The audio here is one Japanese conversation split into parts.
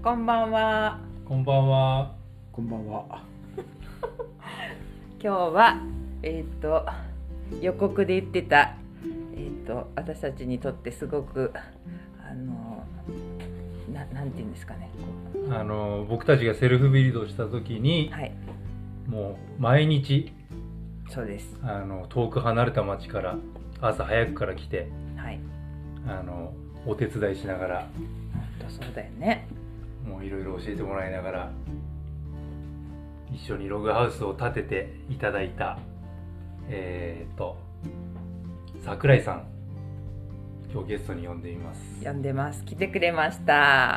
こんばんは。 こんばんは。 こんばんは。 今日は予告で言ってた私たちにとってすごくなんていうんですかね。 僕たちがセルフビルドした時に、 はい。 もう毎日そうです。 遠く離れた町から朝早くから来て、 はい。 お手伝いしながら、 本当そうだよね。 もういろいろ教えてもらいながら一緒にログハウスを建てていただいた桜井さん、今日ゲストに呼んでみます。 呼んでます。来てくれました。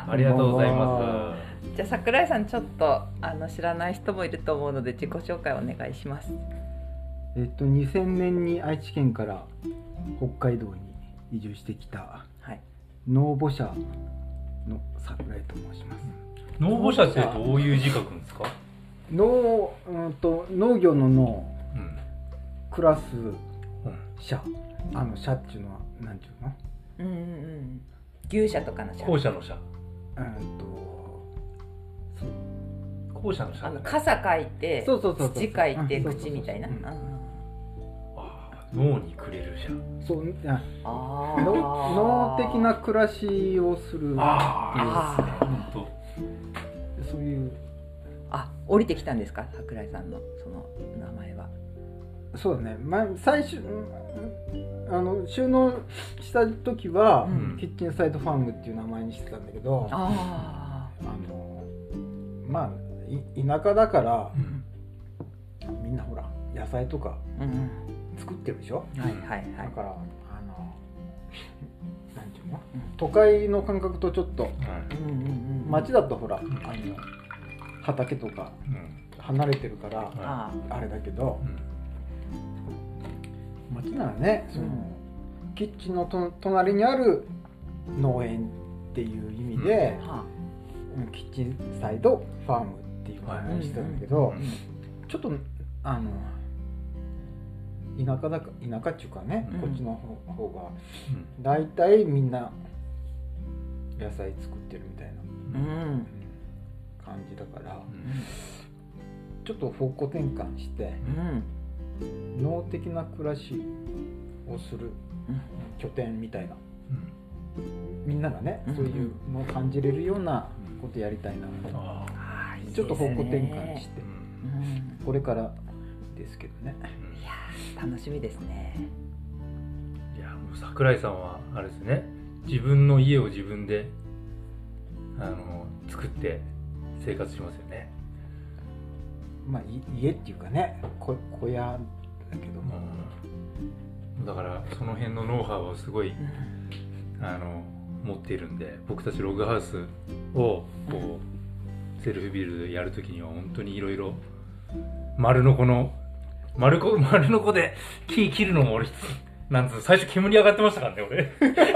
ありがとうございます。 じゃあ桜井さん、ちょっと知らない人もいると思うので自己紹介お願いします。 2000年に愛知県から北海道に移住してきた、 はい、 農母社の桜井と申します。 農母社ってどういう字書くんですか？ 農業の農、クラス社、社っていうのは何ていうの？ 牛舎とかの社。 校舎の社。校舎の社。 傘書いて、土書いて口みたいな。 脳にくれる社。 そう、脳的な暮らしをするっていう、そういう。 降りてきたんですか、桜井さんのその名前は。 そうだね。最初収納した時は、キッチンサイドファームっていう名前にしてたんだけど、田舎だから、みんなほら野菜とか作ってるでしょ。だからなんていうの、都会の感覚とちょっと、町だとほら畑とか離れてるから、あれだけど、町ならね、そのキッチンの隣にある農園っていう意味で、キッチンサイドファームっていう名前にしてたんだけど、ちょっと田舎っていうかね、こっちの方がだいたいみんな野菜作ってるみたいな感じだから、ちょっと方向転換して、農的な暮らしをする拠点みたいな、みんながね、そういうのを感じれるようなことやりたいなと、ちょっと方向転換して、これからですけどね。 いや楽しみですね。 いや、もう桜井さんはあれですね、自分の家を自分で作って生活しますよね。 家っていうかね、小屋だけども、 だからその辺のノウハウをすごい、持っているんで、僕たちログハウスをこうセルフビルドでやるときには本当にいろいろ、丸のこで木切るのも俺なんつう、最初煙上がってましたからね俺。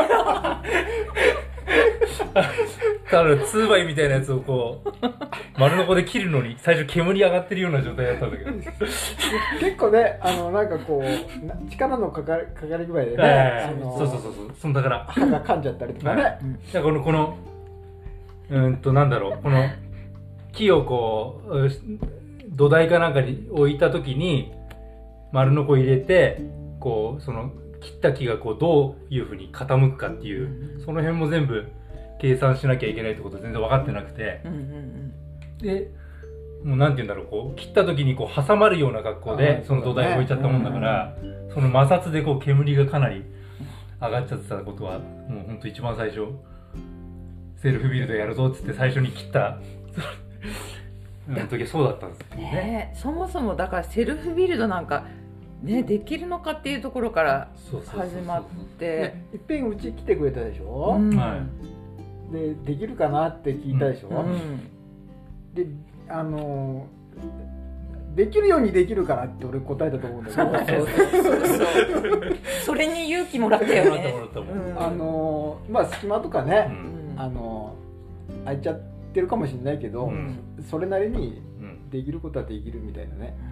ただ2倍みたいなやつをこう丸のこで切るのに最初煙上がってるような状態だったんだけど結構ね、なんかこう力のかかり具合でね、 そうそのだから歯が噛んじゃったりとかね、 だからこのなんだろう、この木をこう土台かなんかに置いた時に丸のこ入れて、こうその切った木がこうどういう風に傾くかっていう、その辺も全部計算しなきゃいけないってこと全然分かってなくて、でもうなんて言うんだろう、こう切った時にこう挟まるような格好でその土台を置いちゃったもんだから、その摩擦でこう煙がかなり上がっちゃってたことは、もうほんと一番最初セルフビルドやるぞっつって最初に切った時はそうだったんですね。 そもそもだからセルフビルドなんかね、できるのかっていうところから始まって、 いっぺんうち来てくれたでしょ。できるかなって聞いたでしょ。でできるようにできるからって俺答えたと思うんだけど、 それに勇気もらったよね。 隙間とかね、空いちゃってるかもしれないけど、それなりにできることはできるみたいなね。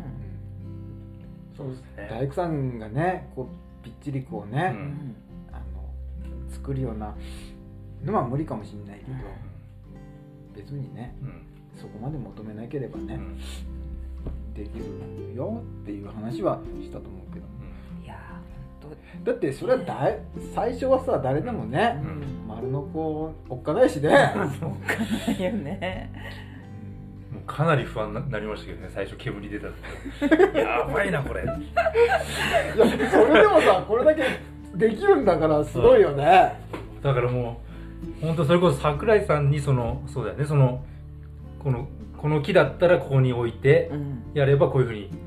そうですね。 大工さんがね、こうぴっちりこうね、作るようなのは無理かもしれないけど、 別にね、 うん、 そこまで求めなければね、 うん、 できるよっていう話はしたと思うけど、 いや本だってそれは最初はさ誰でもね、丸のこおっかないしね、 当おっかないよね。 もうかなり不安になりましたけどね、最初煙出た時やばいなこれ。いやそれでもさこれだけできるんだからすごいよね。 だからもう本当それこそ桜井さんにそうだよね、この木だったらここに置いてやればこういうふうに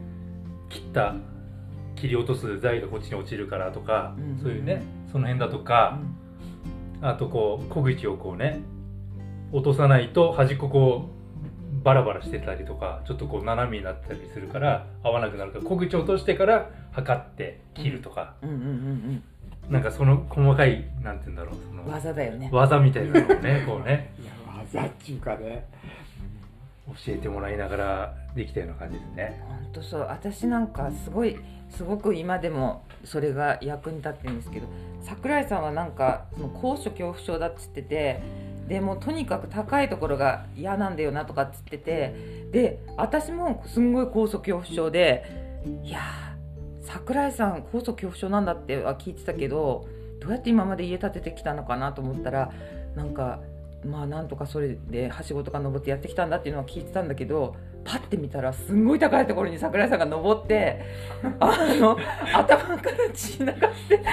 切り落とす材がこっちに落ちるからとか、そういうねその辺だとか、あとこう小口をこうね落とさないと端っここうバラバラしてたりとかちょっとこう斜めになったりするから合わなくなるから、小口を落としてから測って切るとか、なんかその細かいなんて言うんだろう、その技だよね、 技みたいなのをねこうねいや技っていうかね教えてもらいながらできたような感じですね。 本当そう、私なんかすごく今でもそれが役に立ってるんですけど、桜井さんはなんかその高所恐怖症だっつってて、でもうとにかく高いところが嫌なんだよなとかっつってて、で私もすんごい高所恐怖症で、いや桜井さん高所恐怖症なんだっては聞いてたけど、どうやって今まで家建ててきたのかなと思ったら、なんかまあなんとかそれではしごとか登ってやってきたんだっていうのは聞いてたんだけど、パッて見たらすんごい高いところに桜井さんが登って頭から血流して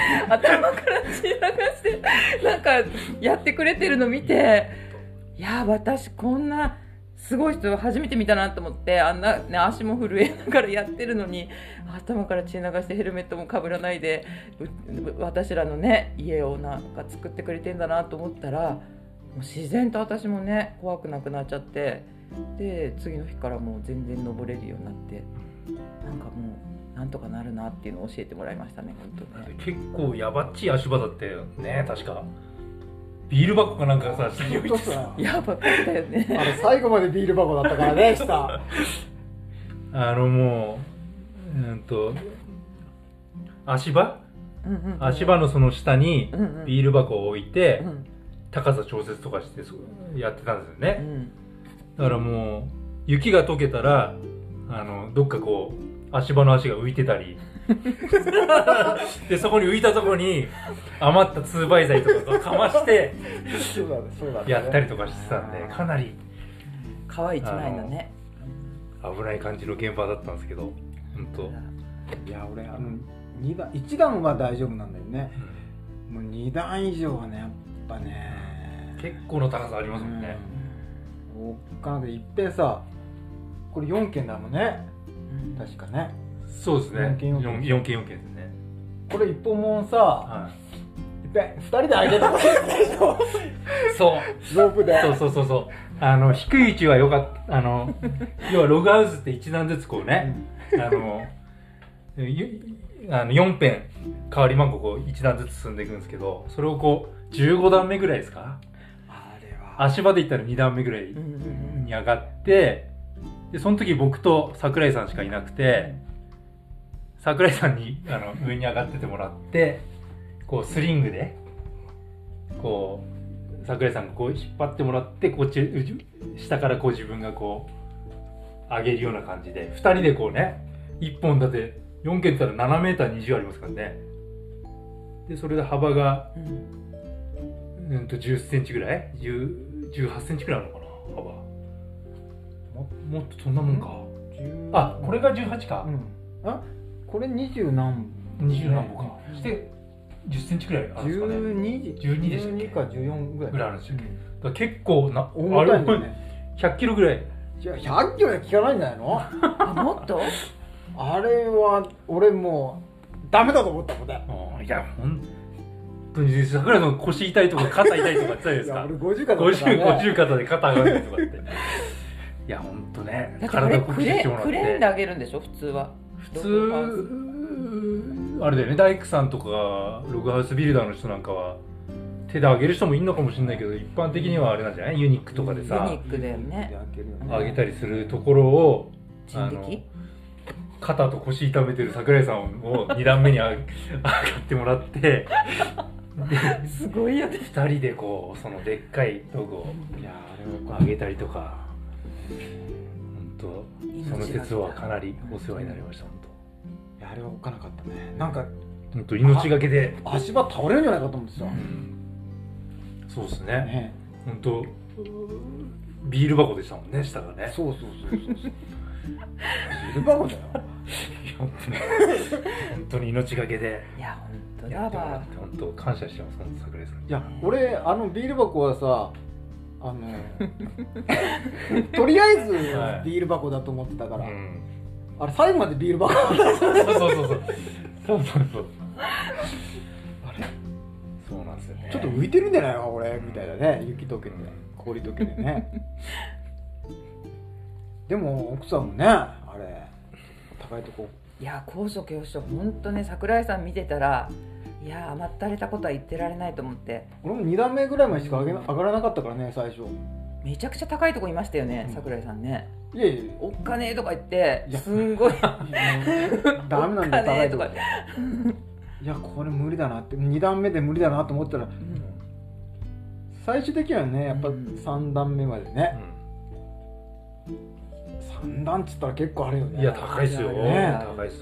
なんかやってくれてるの見て、いや私こんなすごい人初めて見たなと思って、あんな、ね、足も震えながらやってるのに頭から血流してヘルメットもかぶらないで私らのね家をなんか作ってくれてんだなと思ったら、もう自然と私もね怖くなくなっちゃって、で次の日からもう全然登れるようになって、なんかもうなんとかなるなっていうのを教えてもらいましたね。本当ね結構やばっちい足場だってね、確かビール箱かなんかさ下に置いてさやばかったよね。 最後までビール箱だったからね下もう足場のその下にビール箱を置いて、高さ調節とかしてやってたんですよね、だからもう雪が溶けたらどっかこう足場の足が浮いてたりでそこに浮いたところに余った2倍材とかかましてやったりとかしてたんで、かなり皮一枚のね危ない感じの現場だったんですけど、本当いや俺1段は大丈夫なんだよね、もう2段以上はねやっぱね結構の高さありますもんね、 おっかなくていっぺんさ、これ4軒だもんね、確かね。 そうですね、4軒ですね。 これ一本もんさ、いっぺん2人で上げたことでしょそうロープでそう低い位置はよかった要はログハウスって1段ずつこうね4辺代わり番号こう1段ずつ進んでいくんですけど、それをこう15段目ぐらいですか、足場で言ったら2段目ぐらいに上がって、でその時僕と桜井さんしかいなくて、桜井さんに上に上がっててもらって、こうスリングでこう桜井さんがこう引っ張ってもらって、こっち下からこう自分がこう上げるような感じで2人でこうね、1本だって4軒って言ったら7メーター20ありますからね。でそれで幅が10センチぐらい18センチぐらいあるのかな、幅もっとそんなもんか、あこれが18か、 あこれ20何歩か、して10センチぐらいあるんですかね、12でしたっけ、 12か14ぐらいあるんですよ、だから結構な重たいんだよね、 100キロぐらい、 じゃあ100キロは効かないんじゃないのもっとあれは俺もうダメだと思ったもんね。 いや本当に桜井さん腰痛いとか肩痛いとか言ってたじゃないですか。 俺50肩だからね、 50肩で肩上がるとかっていや本当ね、 だってあれクレ体をしてもらって、 ーンで上げるんでしょ普通は。 普通あれだよね、大工さんとかログハウスビルダーの人なんかは手で上げる人もいるのかもしれないけど、一般的にはあれなんじゃない、ユニックとかでさ、 ユニックだよね、 上げたりするところを人力肩と腰痛めてる桜井さんを2段目に上がってもらってすごいよね。 2人でこうそのでっかいロゴをいやあれは上げたりとか、本当その節はかなりお世話になりました。本いやあれはおっかなかったね。なんか当本当命がけで、 足場倒れるんじゃないかと思うんですよ、 そうですね。 ね、 本当ビール箱でしたもんね、下がね。 そうビール箱だよ本当に命がけでいや本当やってもらだわって本当感謝してます。本当桜井さん。 いや俺ビール箱はさとりあえずはいビール箱だと思ってたから、 うんあれ最後までビール箱だったそうあれそうなんですよね。 ちょっと浮いてるんじゃないの俺みたいなね、雪溶けて氷溶けてねでも奥さんもねあれ高いとこ、 いや高所恐怖症本当ね、桜井さん見てたらいや甘ったれたことは言ってられないと思って。 俺も2段目ぐらいまでしか上がらなかったからね最初。 めちゃくちゃ高いとこいましたよね、桜井さんね。 いやいやおっかねえとか言っていやすんごいダメなんだよ高いとこおっかねいやこれ無理だなって2段目で無理だなと思ったら最終的にはねやっぱ3段目までね、3段っつったら結構あるよね。 いや高いですよ、 ね高いです。 い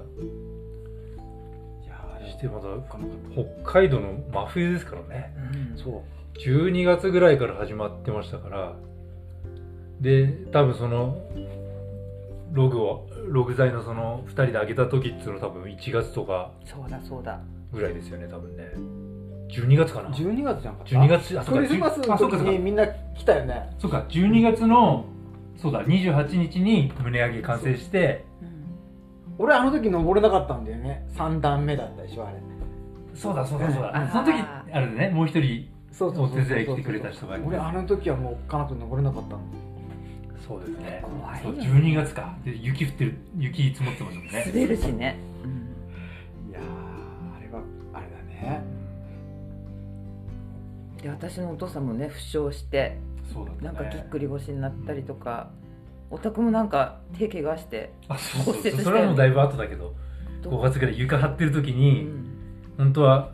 やあれしてまた北海道の真冬ですからね。 そう 12月ぐらいから始まってましたから、で多分そのログ材のその2人で上げた時っていうのは多分1月とかそうだぐらいですよね、多分ね。12月かな。 12月じゃんかった。 12月、あ、そうか、 クリスマスの時あそうかそうかにみんな来たよね。 そうか、12月のそうだ28日に胸上げ完成して、 俺あの時登れなかったんだよね。3段目だったでしょあれ。 そうだあそーの時あれでね、もう一人そうお手伝い来てくれた人がいて、 俺あの時はもう彼女登れなかったんだよ。 そうですね。そう怖いよね 12月か。で雪降ってる、雪積もってますもんね。 滑るしね、 いやーあれはあれだね。 で私のお父さんもね負傷してそうだったね。 なんかぎっくり腰になったりとか、お宅もなんか手怪我してあ、そう骨折したよねそれはもうだいぶ後だけど、5月ぐらい床張ってる時に、本当は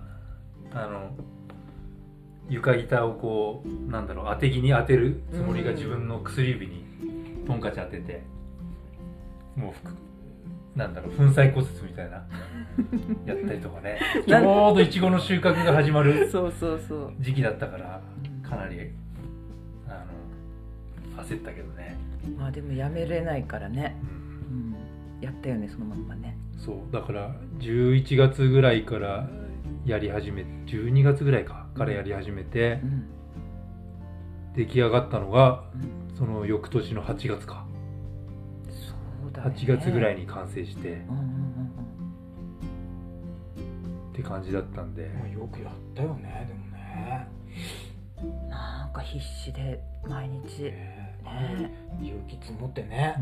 床板をこうなんだろう、当て木に当てるつもりが自分の薬指にトンカチ当てて、もうなんだろう、粉砕骨折みたいなやったりとかねちょうどイチゴの収穫が始まるそう時期だったからかなり焦ったけどね。 まあでもやめれないからね、やったよねそのまんまね。 そうだから11月ぐらいからやり始め、12月ぐらいからやり始めて、出来上がったのが、その翌年の8月か、 そうだね、 8月ぐらいに完成して、って感じだったんで、 もうよくやったよねでもね。 なんか必死で毎日、 雪積もってね。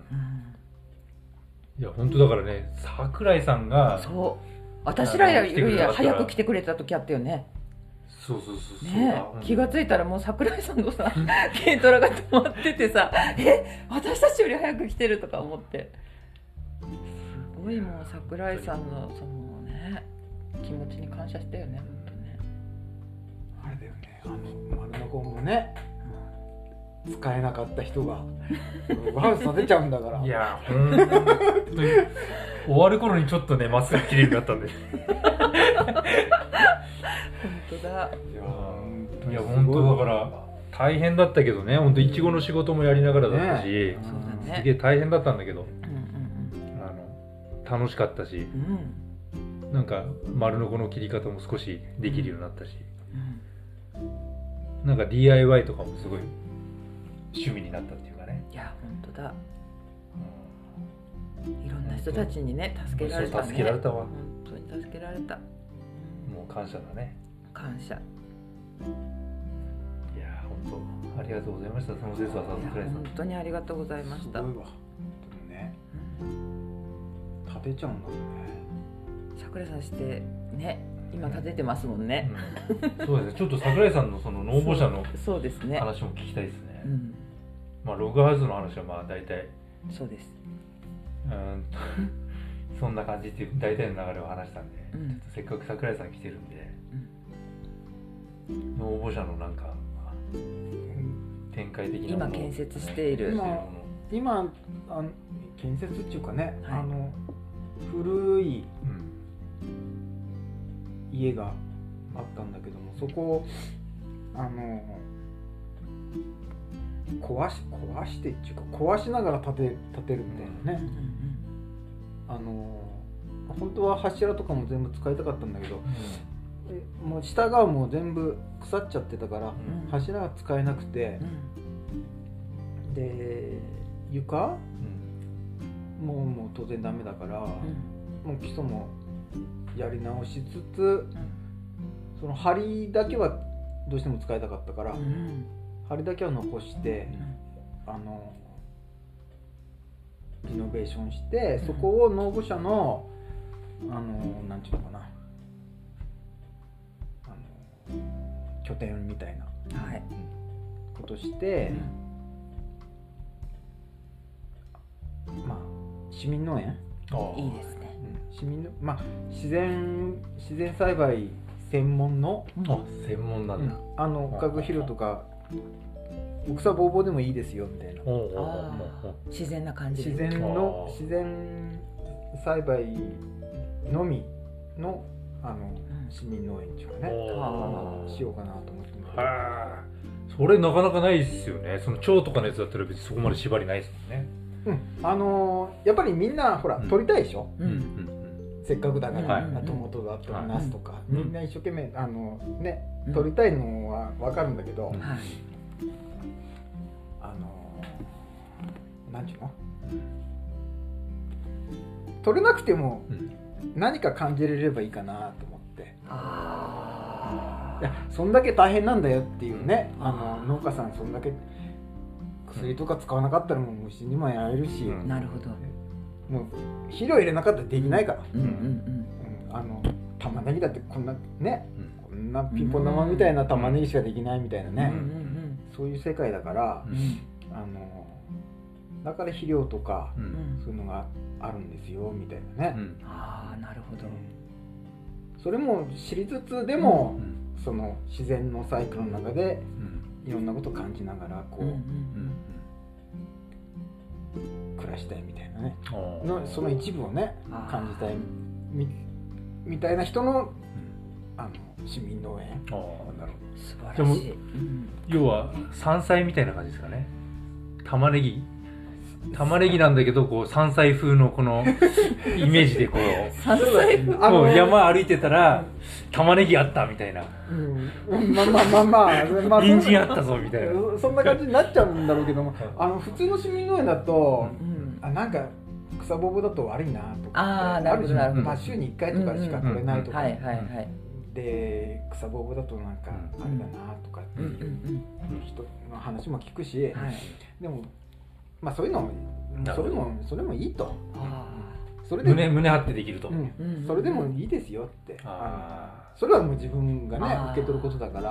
いや本当だからね、桜井さんがそう私らより早く来てくれた時あったよね。 そうね、気がついたらもう桜井さんのさ軽トラが止まっててさ私たちより早く来てるとか思って、すごいもう桜井さんのそのね気持ちに感謝したよね本当ね。 あれだよね、丸のこもね、使えなかった人がログハウス建てちゃうんだから。 いや本当に終わる頃にちょっとねまっすぐ切れるようになったんで本当だ。 いや本当だから大変だったけどね、本当いちごの仕事もやりながらだったし、すげえ大変だったんだけど、楽しかったし、なんか丸のこの切り方も少しできるようになったし、なんか DIY とかもすごい趣味になったっていうかね。 いや本当だ、いろんな人たちにね助けられたね。 助けられたわ、 本当に助けられた。 もう感謝だね。 感謝。 いや本当ありがとうございました。その節は桜井さん本当にありがとうございました。 すごいわ。でもね、建てちゃうんだよね。 桜井さんしてね、今建ててますもんね。 そうですね。ちょっと桜井さんのその農房者のそうですね。 話も聞きたいですね。まあログハウスの話はまあ大体そうです。 そんな感じっていう大体の流れを話したんで、ちょっとせっかく桜井さん来てるんで、 農母社のなんか展開的な今建設している今建設っていうかね、 はい、 古い家があったんだけども、そこを壊してっていうか壊しながら建てるみたいなね、本当は柱とかも全部使いたかったんだけど、もう下側も全部腐っちゃってたから、柱が使えなくて、で床、もう当然ダメだから、もう基礎もやり直しつつ、その梁だけはどうしても使いたかったから、梁だけは残して、リノベーションして、そこを農母社のなんていうのかな、拠点みたいなことして、まあ市民農園、 いいですね、 市民の自然栽培専門の、 専門なんだ、 学肥料とか草ぼうぼうでもいいですよみたいな、 自然な感じ、 自然栽培のみの市民農園っていうかね、しようかなと思ってます。 それなかなかないですよね。その蝶とかのやつだったら別にそこまで縛りないですもんね。 やっぱりみんなほら、取りたいでしょ、せっかくだから、トマトだとかナスとか、みんな一生懸命取りたいのは分かるんだけど、なんていうの、取れなくても何か感じれればいいかなと思って、いやそんだけ大変なんだよっていうね、農家さんそんだけ薬とか使わなかったらもう虫にもやられるし、 なるほど、 もう肥料入れなかったらできないから、玉ねぎだってこんなね、こんなピンポン玉みたいな玉ねぎしかできないみたいなね、そういう世界だから、だから肥料とか、そういうのがあるんですよみたいなね、 なるほど、 それも知りつつでも、その自然のサイクルの中でいろんなことを感じながらこう、暮らしたいみたいなね、その一部をね感じたいみたいな人の市民農園。 なるほど、 素晴らしい。 要は山菜みたいな感じですかね。玉ねぎなんだけど、こう山菜風のこのイメージでこう山菜もう山歩いてたら玉ねぎあったみたいな、人参あったぞみたいな、 そんな感じになっちゃうんだろうけども、普通の市民農園だと、なんか草ぼうぼうだと悪いなとかあるじゃん、週に1回とかしか取れないとか、で草ぼうぼうだとなんかあれだなとかっていう人の話も聞くし、でもそういうのそれもいいと、それで胸張ってできると、 それでもいいですよって、それはもう自分がね受け取ることだから、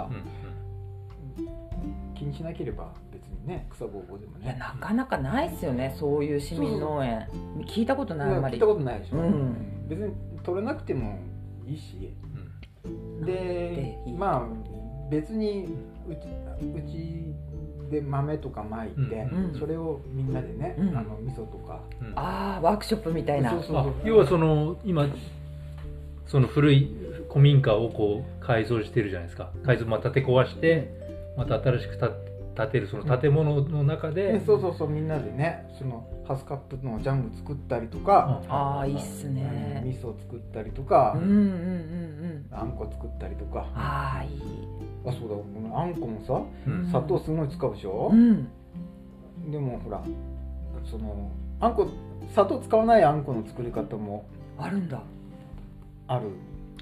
気にしなければ別にね、草ぼうぼうでもね。 いやなかなかないですよね、そういう市民農園。聞いたことない。あんまり聞いたことないでしょ。別に取れなくてもいいし、で別にうちで豆とか巻いて、それをみんなでね、味噌とか、 ワークショップみたいな。 要はその今その古い古民家をこう改造してるじゃないですか。建て壊してまた新しく建てるその建物の中で、 そうみんなでね、そのハスカップのジャム作ったりとか、 いいっすね。 味噌作ったりとか、あんこ作ったりとか。 いい。 そうだ、あんこもさ、砂糖すごい使うでしょ。でもほら、そのあんこ砂糖使わないあんこの作り方もあるんだ。 ある。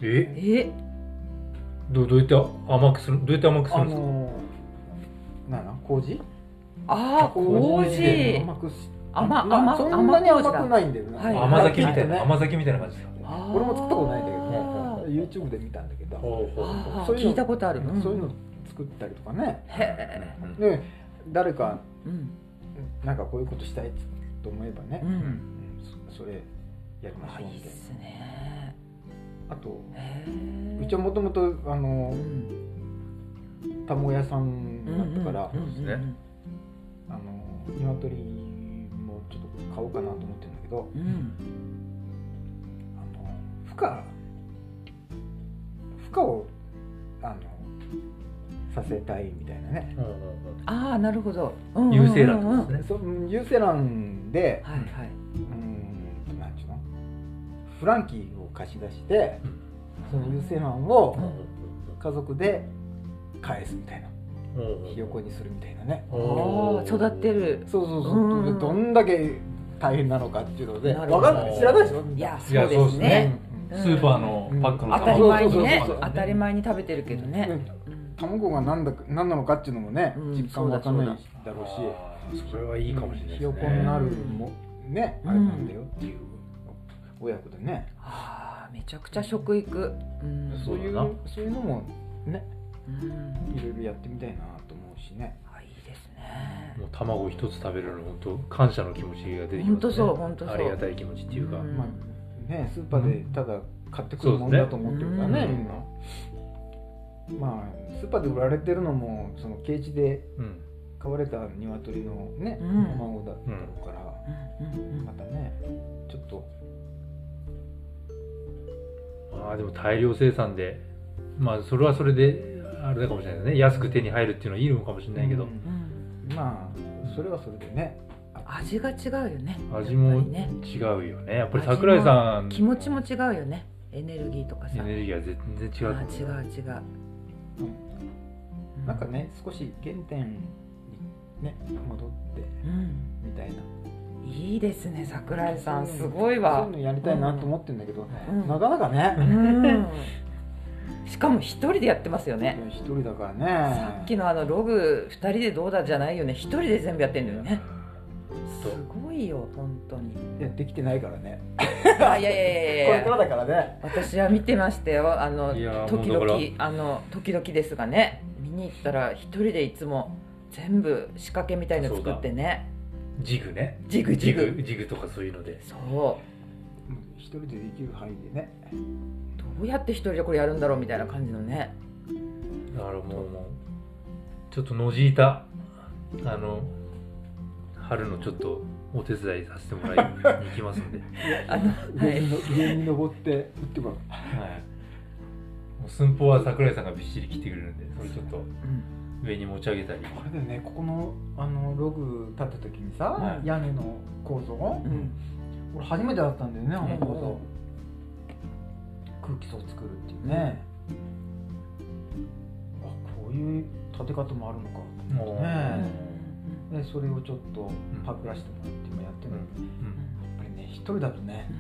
どうやって甘くするんですか。麹？ 麹。 そんなに甘くないんだよね。 甘酒みたいな感じですか。 俺も作ったことないんだけど、YouTube で見たんだけど、 聞いたことある。 そういうの作ったりとかね。で誰かなんかこういうことしたいと思えばね、それやりましょうみたいな。いいですね。あとうちはもともと卵屋さんだったからそうですね。 鶏もちょっと買おうかなと思ってるんだけど、孵化をさせたいみたいなね。 ああなるほど。 有精卵ですね。 そう有精卵で、 はいはい。 なんちゅうの、フランキーを貸し出して、その有精卵を家族で返すみたいな、ひよこにするみたいなね。 育ってる。 そう、どんだけ大変なのかっていうので、 なるほど。 分かんない、知らないでしょ。 いやそうですね。 スーパーのパックの当たり前にね、 そう当たり前に食べてるけどね。 卵が何なのかっていうのもね、実感わかんないだろうし、 それはいいかもしれないですね。 ひよこになるもね、あれなんだよっていう親子でね。 めちゃくちゃ食育。 そういうのもね、いろいろやってみたいなと思うしね。 いいですね。 もう卵一つ食べるの本当感謝の気持ちが出てきますね。 本当そう本当そう。 ありがたい気持ちっていうか。 まあね、スーパーでただ買ってくるもんだと思ってるからね、みんな。まあスーパーで売られてるのもそのケージで飼われた鶏のね、卵だろうから、またねちょっとでも大量生産で、それはそれであれかもしれないですね。安く手に入るっていうのはいいのかもしれないけど、 まあそれはそれでね、 味が違うよね。 味も違うよね。やっぱり桜井さん気持ちも違うよね。エネルギーとかさ。 エネルギーは全然違う。 違う。 なんかね、少し原点にね戻ってみたいな。 いいですね、桜井さん、すごいわ。 そういうのやりたいなと思ってるんだけど、なかなかね。 しかも一人でやってますよね。 一人だからね。 さっきのログ2人でどうだじゃないよね。一人で全部やってんだよね。すごいよ本当に。 いやできてないからね。 いやこれからだからね。 私は見てましたよ。時々ですがね、見に行ったら一人でいつも全部仕掛けみたいの作ってね。 ジグね。 ジグとかそういうので。 そう。 一人でできる範囲でね。 どうやって一人でこれやるんだろうみたいな感じのね。 だからもうちょっとのじいた春のちょっとお手伝いさせてもらいに行きますんで。 上に登って行ってもらう。 はい。もう寸法は桜井さんがびっしり切ってくれるんで、それちょっと上に持ち上げたり。 あれだよね、ここのログ立った時にさ、屋根の構造、俺初めてだったんだよね、あの構造。空気層を作るっていうね。こういう立て方もあるのかと思ってね。でそれをちょっとパクらせてもらって今やってるんだけど、やっぱりね一人だとね、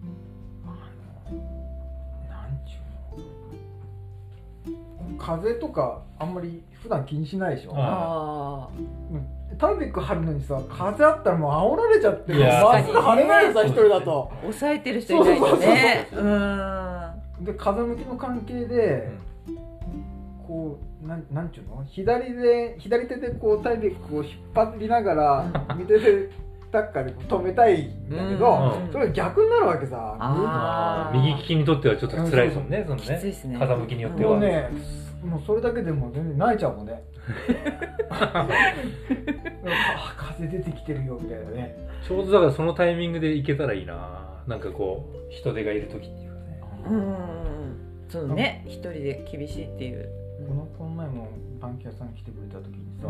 なんちゅうの、風とかあんまり普段気にしないでしょ。タイベック張るのにさ、風あったらもう煽られちゃってまっすぐ張れないよさ、一人だと。 抑えてる人いないとね。 で風向きの関係で、こうなんちゅうの、左手でこうタイベックを引っ張りながら右手でタッカーで止めたいんだけど、それが逆になるわけさ。 右利きにとってはちょっと辛いですもんね、そのね。 きついですね。 風向きによっては。 もうそれだけでも全然泣いちゃうもんね。風出てきてるよみたいなね。 ちょうどだからそのタイミングで行けたらいいな。なんかこう人手がいる時っていうかね。 そうね、一人で厳しいっていう。 この前もパンケーキ屋さん来てくれた時にさ、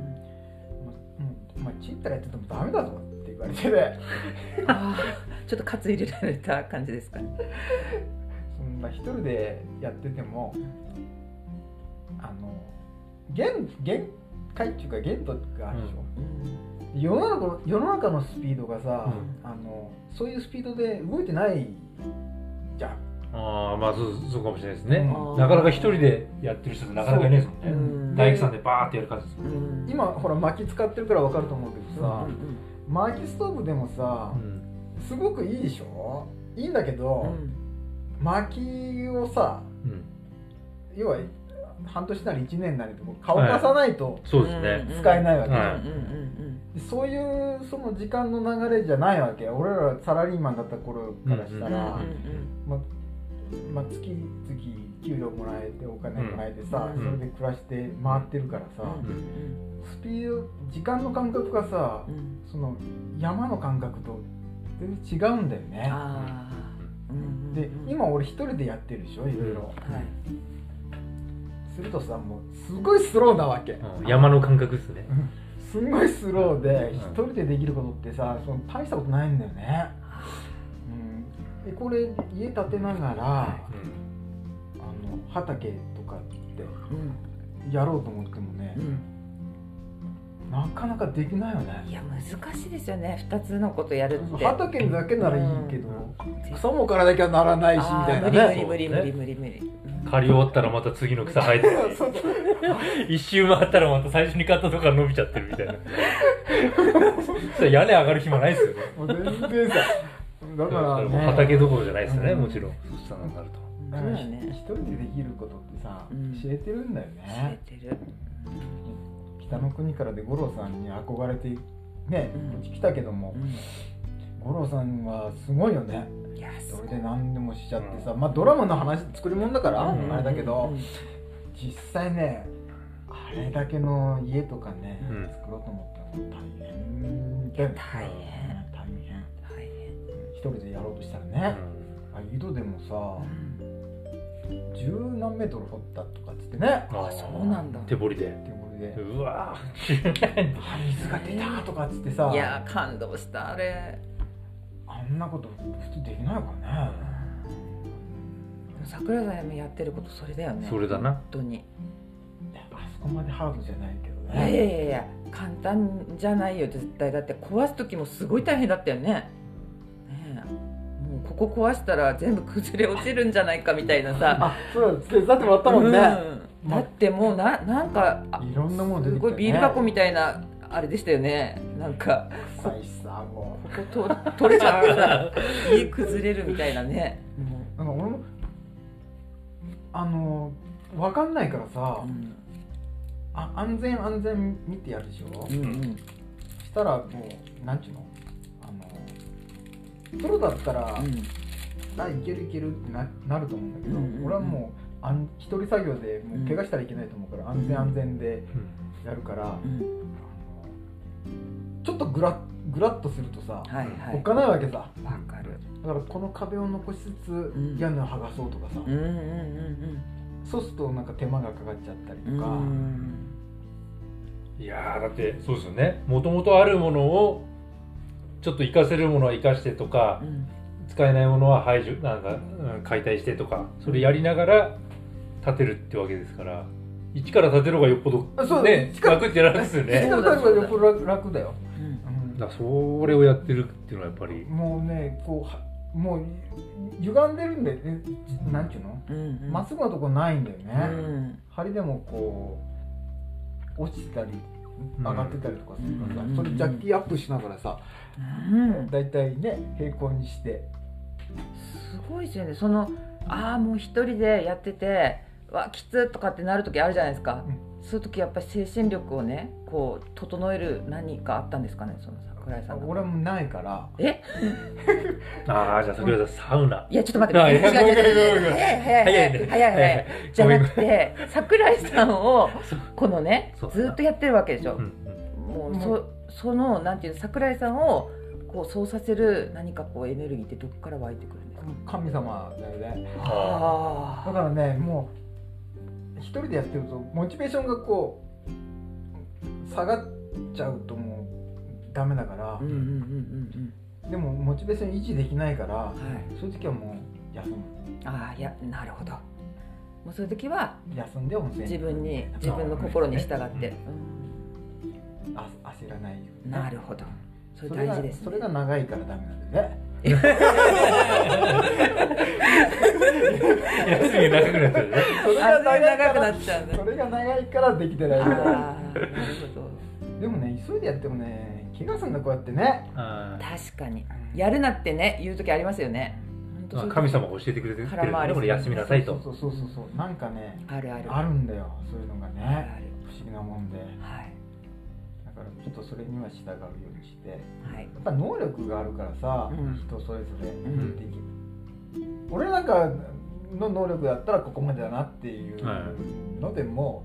お前チンタラやっててもダメだぞって言われてね。 ちょっと喝入れられた感じですかね。 そんな一人でやってても限界っていうか限度があるでしょ。世の中のスピードがさ、そういうスピードで動いてないじゃん。 そうかもしれないですね。なかなか一人でやってる人ってなかなかいないですもんね。大工さんでバーってやる感じですもんね。 今ほら薪使ってるから分かると思うけどさ、薪ストーブでもさ、すごくいいでしょ。いいんだけど、薪をさ、要は半年なり1年なりと乾かさないと使えないわけじゃん。そういうその時間の流れじゃないわけ。俺らサラリーマンだった頃からしたら、 まあ、月々給料もらえてお金もらえてさ、 うんそれで暮らして回ってるからさ、スピード時間の感覚がさ、その山の感覚と全然違うんだよね。で今俺一人でやってるでしょ、いろいろ、はい、するとさもうすごいスローなわけ、 山の感覚ですねすごいスローで一人でできることってさ、その大したことないんだよね。でこれ家建てながら、畑とかってやろうと思ってもね、なかなかできないよね。 いや難しいですよね、2つのことやるって。 畑だけならいいけど、草もからなきゃならないしみたいなね。 無理刈り終わったらまた次の草生えてる一周回ったらまた最初に買ったとこが伸びちゃってるみたいなそれ屋根上がる暇ないですよね。 もう全然さ、だからね、 畑どころじゃないですよね、もちろん。そしたらなるとだから一人でできることってさ、教えてるんだよね。 教えてる。 北の国からで五郎さんに憧れてね、こっち来たけども、五郎さんはすごいよね。それで何でもしちゃってさ、まあドラマの話作り物だからあれだけど、実際ねあれだけの家とかね作ろうと思ったら大変だよね。大変一人でやろうとしたらね、井戸でもさ十何メートル掘ったとかっつってね。 あ、そうなんだ。 手掘りでうわ水が出たとかっつってさ、 いや感動したあれ。 あんなこと普通できないからね。 桜井さんやってることそれだよね。 それだな。 本当に。 あそこまでハードじゃないけどね。 いや簡単じゃないよ絶対。だって壊す時もすごい大変だったよね。もうここ壊したら全部崩れ落ちるんじゃないかみたいなさ。 あ、そう手伝ってもらったもんね。 だってもうなんかいろんなもの出てきてね。 すごいビール箱みたいなあれでしたよね。なんか臭いしさ、もうここ取れちゃったら家崩れるみたいなね。 なんか俺も分かんないからさ、安全見てやるでしょ。したらもうなんちゅうの、プロだったら、いけるってなると思うんだけど、俺はもう一人作業でもう怪我したらいけないと思うから安全でやるから、ちょっとグラッとするとさ、おっかないわけさ。 わかる。 だからこの壁を残しつつ屋根を剥がそうとかさ、そうするとなんか手間がかかっちゃったりとか。 いやだってそうですよね。もともとあるものをちょっと活かせるものは生かしてとか、使えないものは排除なんか、解体してとか、それやりながら建てるってわけですから、一から建てる方がよっぽどね楽って楽ですよね。 一から建てる方がよっぽど楽だよ。 だからそれをやってるっていうのはやっぱりもうね、こうもう歪んでるんで、なんちゅうの、まっすぐなとこないんだよね。梁でもこう落ちてたり上がってたりとかするからさ、それジャッキーアップしながらさ、だいたいね平行にして。 すごいですよね。もう一人でやっててきつとかってなる時あるじゃないですか。そういう時やっぱり精神力をねこう整える何かあったんですかね、その桜井さん。 俺もないから。 じゃあ桜井さんサウナ。 いやちょっと待って、違う早いじゃなくて、桜井さんをこのねずっとやってるわけでしょ。もうそのなんていう桜井さんをこうそうさせる何かこうエネルギーってどこから湧いてくるんですか。 神様だよね。だからね、もう一人でやってるとモチベーションがこう下がっちゃうともうダメだから、でもモチベーション維持できないから、そういう時はもう休む。 いやなるほど。もうそういう時は休んで温泉。 自分の心に従って。 焦らないよ。 なるほど。それ大事ですね。 それが長いからダメなんだよね。 休み長くなっちゃうね。 それが長くなっちゃうね。 それが長いからできてないから。 なるほど。 でもね、急いでやってもね、怪我するんだこうやってね。 確かに。やるなってね言う時ありますよね。 神様が教えてくれてるので、これ休みなさいと。 そうなんかね、 あるんだよ、そういうのがね。不思議なもんで。だからちょっとそれには従うようにして、やっぱ能力があるからさ、人それぞれ。俺なんかの能力だったらここまでだなっていうのでも、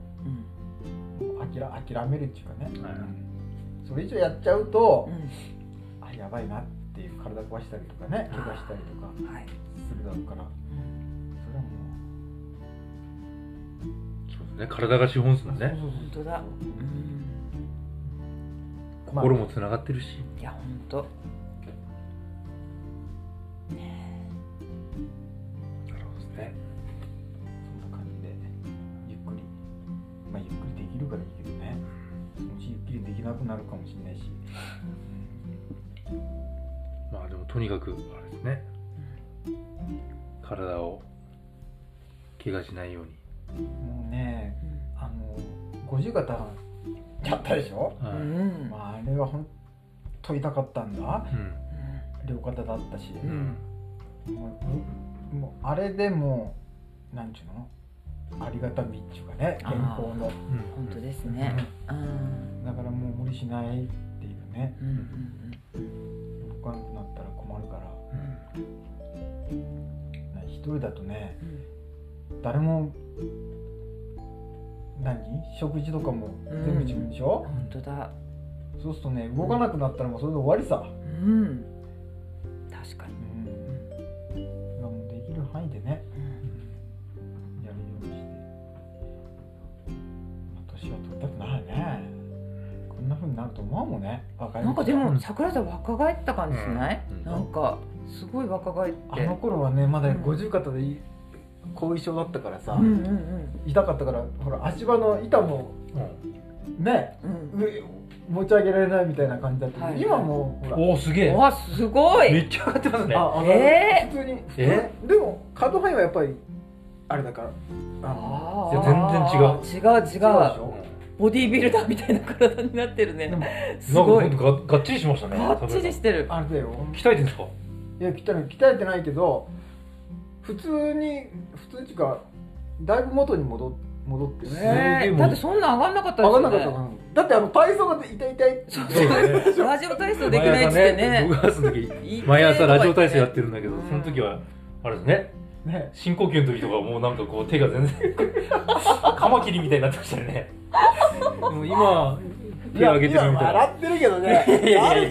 諦めるっていうかね、それ以上やっちゃうと、やばいなっていう、体壊したりとかね、怪我したりとかするだろうから、それはもう、 そうですね、体が資本ですもんね。 本当だ。 心もつながってるし。 いや本当。 なるほどですね。 そんな感じでゆっくり、ゆっくりできるからいいけどね、そのうちゆっくりできなくなるかもしれないし。 まあでもとにかくあれですね、体を怪我しないように。 もうね、50肩やったでしょ、あれは本当痛かったんだ、両肩だったし、もうあれでもなんちゅうの、ありがたみっていうかね、健康の、 本当ですね、 だからもう無理しないっていうね、動かなくなったら困るから、一人だとね、誰も食事とかも全部自分でしょ、 本当だ。 そうするとね、動かなくなったらもうそれで終わりさ。 確かに。 もうできる範囲でね、やるようにして。年は取りたくないね。こんな風になると思うもんね。 なんかでも桜井さん若返った感じしない？なんかすごい若返って。 あの頃はね、まだ50肩で後遺症だったからさ、痛かったから、ほら足場の板もね、持ち上げられないみたいな感じだったけど、今もうほら、 おおすげえ、 わすごい、 めっちゃ上がってますね。 普通に、でも可動範囲はやっぱりあれだから、 全然違う。 違う。ボディービルダーみたいな体になってるね。すごい。 なんかがっちりしましたね。 がっちりしてる。 あれだよ。 鍛えてるんですか？ いや、鍛えてないけど、普通っていうか、だいぶ元に戻ってる。だってそんな上がんなかったですよね。 上がんなかった。だって体操が痛いってラジオ体操できないってね。 僕がその時毎朝ラジオ体操やってるんだけど、その時はあれですね。深呼吸の時とかもうなんかこう手が全然カマキリみたいになってましたよね。でも今手上げてるみたいな。 笑ってるけどね。 い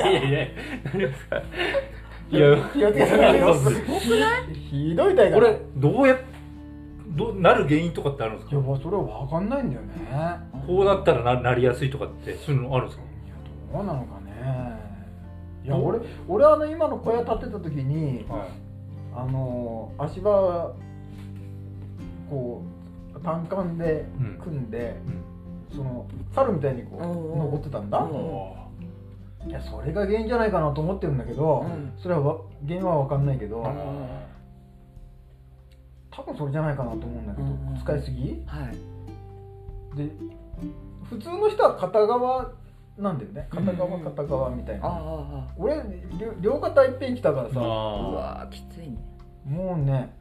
や気をつけてくださいよ。ひどい痛いから。 これどうなる原因とかってあるんですか？ いや、それは分かんないんだよね。 こうなったらなりやすいとかってそういうのあるんですか？ どうなのかね。いや、俺今の小屋建てた時に、足場こう単管で組んで、その猿みたいにこう登ってたんだ。いや、それが原因じゃないかなと思ってるんだけど、それは原因は分かんないけど、多分それじゃないかなと思うんだけど、使いすぎ？で、普通の人は片側なんだよね。片側みたいな。俺両肩いっぺん来たからさ、うわきついね。 もうね、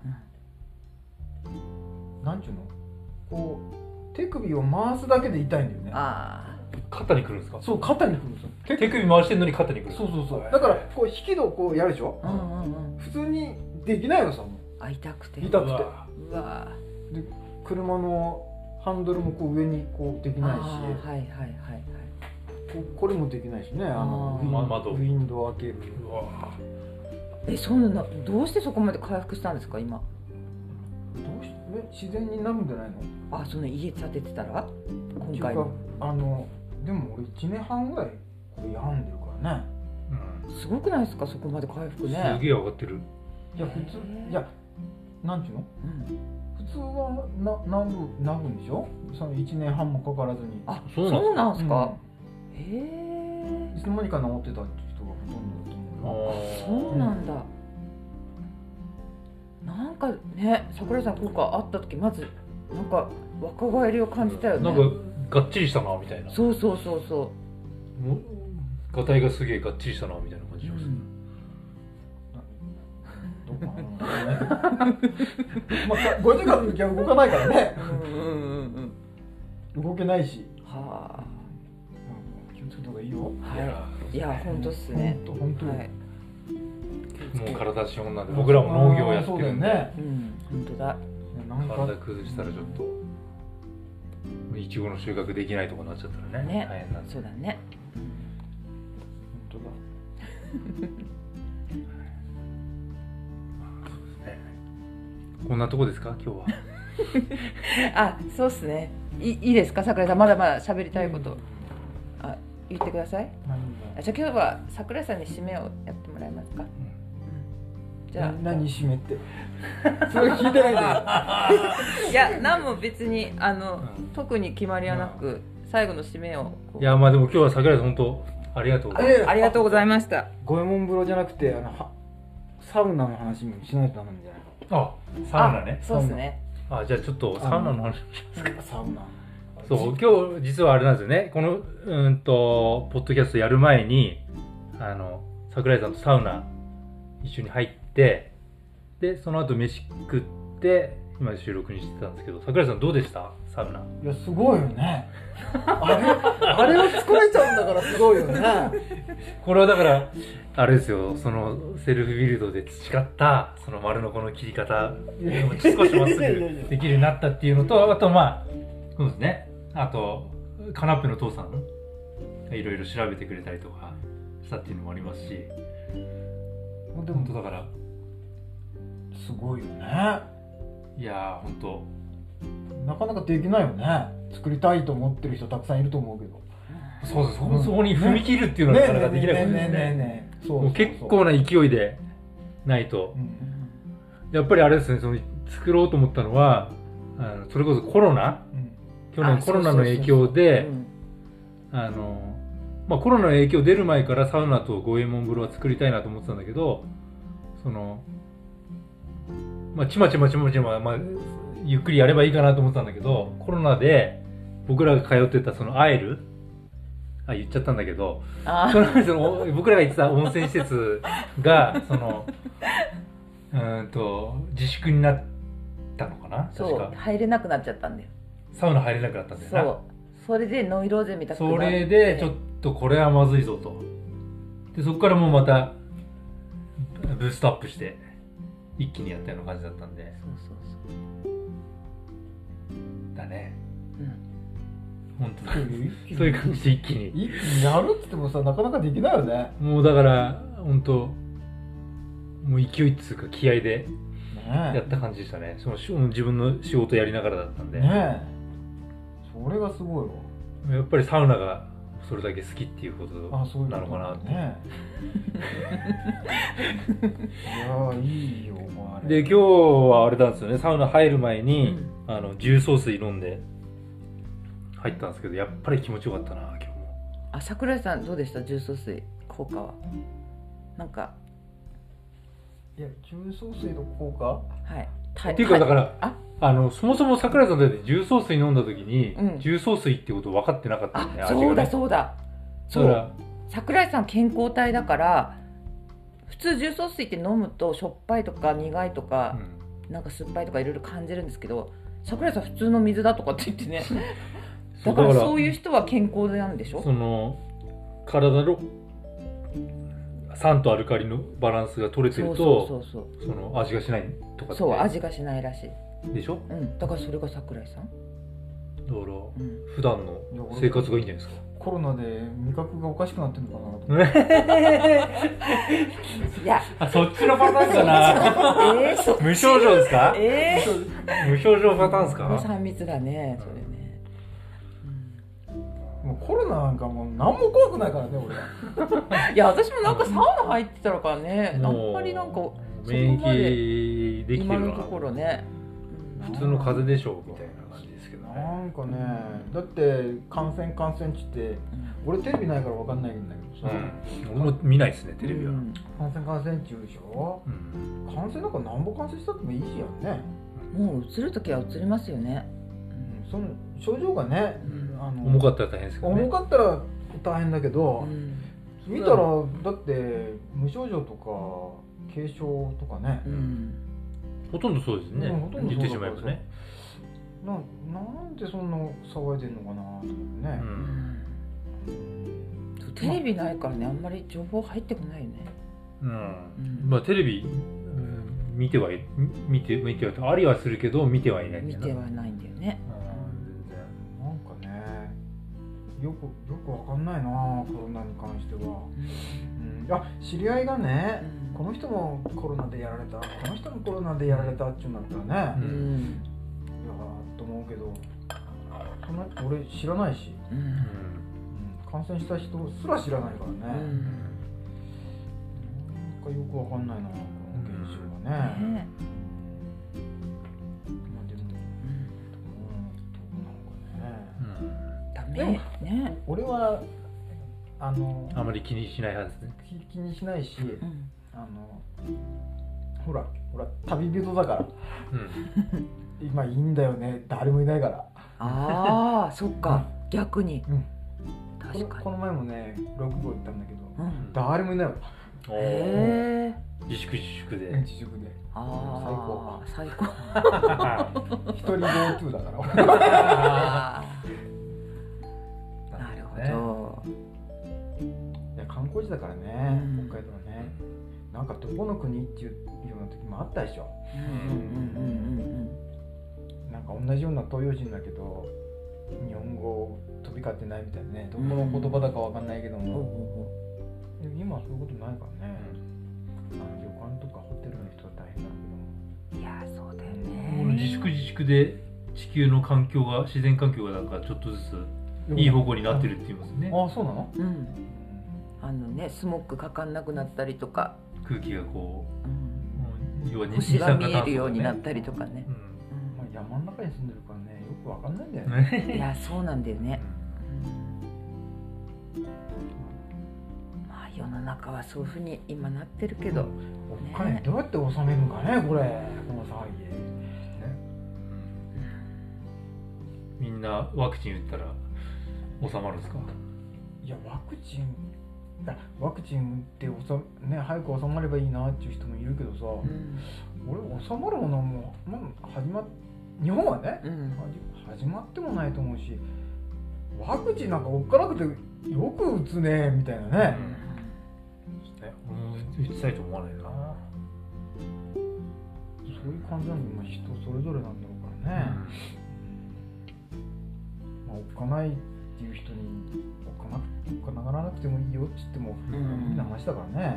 なんちゅうの、こう手首を回すだけで痛いんだよね。 肩にくるんですか？ そう、肩にくるんですよ。 手首回してるのに肩にくる。 そう。だからこう引き戸をこうやるでしょ。普通にできないよさ。 痛くて。 うわ。で、車のハンドルもこう上にこうできないし、これもできないしね。ウィンドウ開ける。 そんなどうしてそこまで回復したんですか今？ 自然になるんじゃないの？ その家建ててたら今回でも俺1年半ぐらいこれ病んでるからね。 すごくないですかそこまで回復ね。 すげえ上がってる。 いや、普通、いや、なんちゅうの、普通は治るんでしょ、その1年半もかからずに。 そうなんですか。 いつの間にか治ってたっていう人がほとんどだと思うよ。 そうなんだ。なんかね、桜井さん効果あった時まずなんか若返りを感じたよね。 なんかがっちりしたなみたいな。 そう。 がたいがすげえがっちりしたなみたいな感じします。 50月の時は動かないからね。動けないし。気をつけた方がいいよ。 いや、本当っすね。 本当。 気をもう体資本なんで、僕らも農業やってるんで、 ね、 本当だ。 体崩したらちょっといちごの収穫できないとこになっちゃったらね、大変なんで。 そうだね。 本当だ。 こんなとこですか今日は。 あ、そうっすね。いいですか、桜井さん、まだまだ喋りたいこと、言ってください。じゃあ今日は桜井さんに締めをやってもらえますか。じゃあ何締めってそれ聞いてないでいや、何も別に特に決まりはなく、最後の締めを。 いや、まあでも今日は桜井さん本当ありがとうございます。 ありがとうございました。 五右衛門風呂じゃなくてサウナの話もしないとダメなんじゃないの。 あ、サウナね。 そうですね。 じゃあちょっとサウナの話しますか。 サウナ。 そう、今日実はあれなんですよね。このポッドキャストやる前に桜井さんとサウナ一緒に入って、でその後飯食って今収録にしてたんですけど、桜井さんどうでしたサウナ。 いや、すごいよね。あれを作れちゃうんだからすごいよね。 これはだからあれですよ、そのセルフビルドで培ったその丸のこの切り方少しまっすぐできるようになったっていうのと、あとまあそうですね、あとカナッペの父さんがいろいろ調べてくれたりとかしたっていうのもありますし、 で本当だからすごいよね。 いやー本当なかなかできないよね。作りたいと思ってる人たくさんいると思うけど、 そうです、そこに踏み切るっていうのはなかなかできないですね。 結構な勢いでないと、やっぱりあれですね、その作ろうと思ったのはそれこそコロナ、去年コロナの影響でまあコロナの影響出る前からサウナと五右衛門風呂は作りたいなと思ってたんだけど、そのまあちまちま、まあゆっくりやればいいかなと思ってたんだけど、コロナで僕らが通ってたそのアエル、言っちゃったんだけど、その僕らが行ってた温泉施設がその自粛になったのかな。 そう、入れなくなっちゃったんだよ。 サウナ入れなくなったんだよな。 そう、それでノイローゼみたくなって、 それでちょっとこれはまずいぞと。でそこからもうまたブーストアップして一気にやったような感じだったんで。そうだね。本当だ。そういう感じで一気にやるって言ってもさ、なかなかできないよね。 もうだから本当もう勢いっていうか気合でやった感じでしたね。その自分の仕事やりながらだったんで。 ねえ。それがすごいわ。 やっぱりサウナがそれだけ好きっていうことなのかなって。 ね、いやいいよ。 で今日はあれなんですよね。サウナ入る前に、重曹水飲んで入ったんですけど、やっぱり気持ちよかったな今日も。 桜井さんどうでした？重曹水効果は。なんかいや、重曹水の効果？ はい。 っていうかだから。そもそも桜井さんだって重曹水飲んだ時に、重曹水ってこと分かってなかったよね。 そうだそうだ。そう桜井さん健康体だから、普通重曹水って飲むとしょっぱいとか苦いとか、なんか酸っぱいとかいろいろ感じるんですけど、桜井さん普通の水だとかって言ってね。だからそういう人は健康なんでしょ。 その体の酸とアルカリのバランスが取れてると、その味がしないとかって。 そう、味がしないらしい。 でしょ。 だからそれが桜井さん。 だから普段の生活がいいんじゃないですか。 コロナで味覚がおかしくなってるのかなと。 いや、 そっちのパターンかな。無症状ですか？無症状パターンですか ？3密だね、それね。 もうコロナなんかもう何も怖くないからね、俺は。 いや、私もなんかサウナ入ってたらからね、あんまりなんか免疫できてる今のところね。 普通の風邪でしょうみたいな感じですけどね。 なんかね、だって感染値って、俺テレビないから分かんないんだけどさ、 俺も見ないですねテレビは。 感染値でしょ。感染なんか何ぼ感染したってもいいじゃんね。 もう移るときは移りますよね。 その症状がね、 重かったら大変ですけどね。 重かったら大変だけど、見たらだって無症状とか軽症とかね。 ほとんどそうですね。言ってしまえばね。 なんでそんな騒いでんのかなと思ってね。 テレビないからね、あんまり情報入ってこないよね。 まあテレビ、見てはいありはするけど見てはいないんだよな。 見てはないんだよね。 全然なんかねよくわかんないなコロナに関しては。知り合いがね、この人もコロナでやられた、この人もコロナでやられたっていうんだったらね、いやーと思うけど、俺知らないし、感染した人すら知らないからね。なんかよくわかんないなこの現象はね。でも俺はあまり気にしないはずですね。 気にしないし、ほら旅人だから、今いいんだよね、誰もいないから。 ああそっか、逆に。 確かにこの前もね6号行ったんだけど、誰もいないわ。 自粛で。 最高。一人 GoTo だからなるほど。 いや観光地だからね、北海道はね。なんかどこの国っていうような時もあったでしょ。なんか同じような東洋人だけど日本語飛び交ってないみたいなね。どこの言葉だかわかんないけども、今はそういうことないからね。旅館とかホテルの人は大変だけども。 いやそうだよね。 自粛で地球の環境が、自然環境がなんかちょっとずついい方向になってるって言いますね。 あ、そうなの？ スモッグかかんなくなったりとか、 空気がこう、要は星が見えるようになったりとかね。 山の中に住んでるからね、よくわかんないんだよね。 いやそうなんだよね。まあ世の中はそういうふうに今なってるけど、 お金どうやって納めるんかね、この騒ぎ。 みんなワクチン打ったら収まるんですか？ いやワクチン打って早く収まればいいなっていう人もいるけどさ、俺収まるものはもう日本はね、始まってもないと思うし、ワクチンなんかおっかなくてよく打つねみたいなね。 打ちたいと思わないな。 そういう感じなのに、人それぞれなんだろうからね。おっかないっていう人におっかながらなくてもいいよって言ってもいいな話だからね。いや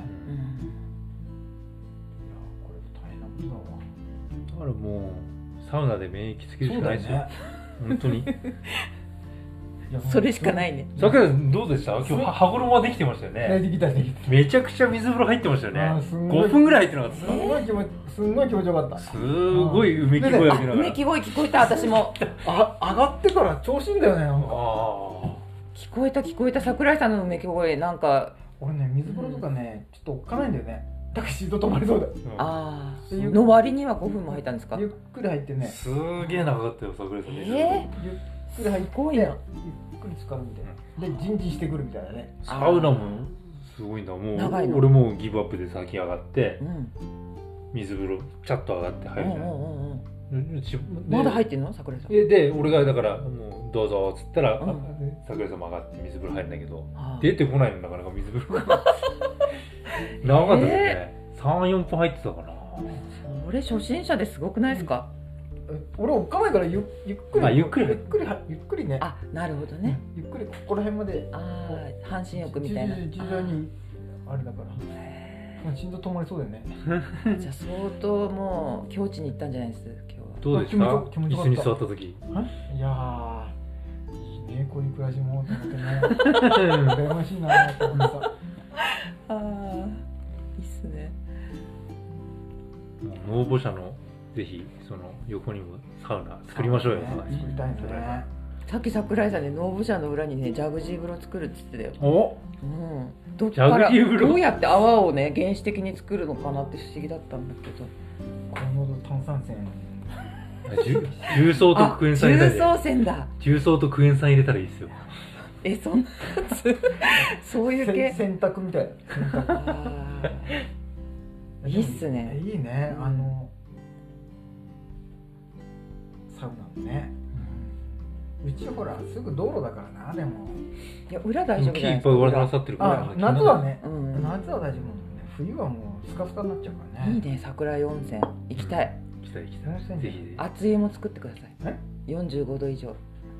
これ大変なことだわ。 だからもうサウナで免疫つけるしかないですよ。本当に。 それしかないね。 桜井さんどうでした？今日羽衣はできてましたよね。 できた。 めちゃくちゃ水風呂入ってましたよね。5分ぐらい入ってなかったですか？ すんごい気持ちよかった。 すごいうめき声が出ながら。 うめき声聞こえた、私も。 上がってから調子いいんだよね。なんか聞こえた桜井さんのうめき声。なんか俺ね、水風呂とかねちょっとおっかないんだよね。タクシーと止まりそうだ。 の割には5分も入ったんですか？ ゆっくり入ってね。 すげえ長かったよ桜井さん。 ゆっくり入ってゆっくり浸かるみたいな。でジンジンしてくるみたいなね。 サウナもすごいんだ。もう俺もギブアップで先上がって、水風呂チャッと上がって入るじゃん。 まだ入ってんの桜井さん？ で俺がだからもうどうぞっつったら桜井さんも上がって水風呂入るんだけど、出てこないのなかなか水風呂が長かったですね。3-4分入ってたかな。 それ初心者ですごくないですか？ 俺おっかないからゆっくりね。 あ、なるほどね。 ゆっくりここら辺まで。 半身浴みたいな。 徐々にあれだから。心臓止まりそうだよね。 じゃあ相当もう境地に行ったんじゃないです今日は。 どうでした？椅子に座った時。 いやいいね、こういう暮らしもと思ってね。羨ましいなと思ってさ。 いいっすね。 農母社のぜひその横にもサウナ作りましょうよ。 作りたいね。 さっき桜井さんね、農母社の裏にねジャグジー風呂作るって言ってたよ。 お、 どっからどうやって泡をね原始的に作るのかなって不思議だったんだけど。 高濃度炭酸泉。 重曹とクエン酸入れたら。 重曹泉だ。 重曹とクエン酸入れたらいいですよ。 そんなそういう系。 洗濯みたいな。 いいっすね。 いいね。サウナもね。うちほらすぐ道路だからな。でもいや裏大丈夫じゃないですか。 木いっぱい割らさってるから。 夏はね。夏は大丈夫なんだね。 冬はもうスカスカになっちゃうからね。 いいね、桜井温泉行きたい。 行きたいぜひぜひ。 熱湯も作ってください。45度以上。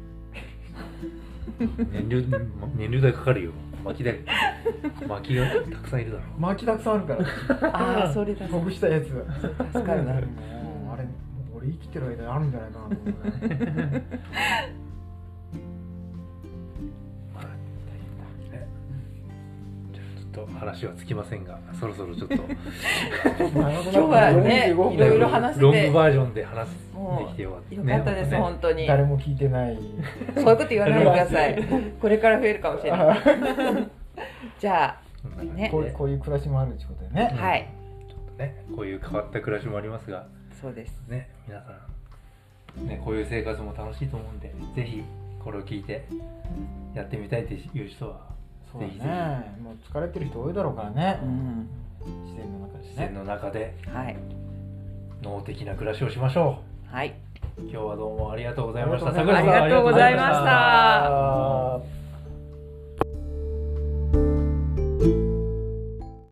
燃料代かかるよ。薪がたくさんいるだろう。 薪たくさんあるからああ、それだ。 ほぐしたやつ助かるな。 もうあれ、もう俺生きてる間にあるんじゃないかなと思うね。 ちょっと話はつきませんが、そろそろちょっと今日はね、いろいろ話せてロングバージョンで話できてよかったです、 ね、 本当に。 誰も聞いてない。 そういうこと言わないでください。これから増えるかもしれない。じゃあ、ね、 こういう暮らしもあるってことでね。 はい。 ちょっとね、こういう変わった暮らしもありますが、 そうです。 ね、皆さん、ね、こういう生活も楽しいと思うんで、ぜひこれを聞いてやってみたいという人は、 そうだね。もう疲れてる人多いだろうからね。自然の中でね。 自然の中で、 はい。 脳的な暮らしをしましょう。はい。 今日はどうもありがとうございました。 ありがとうございました。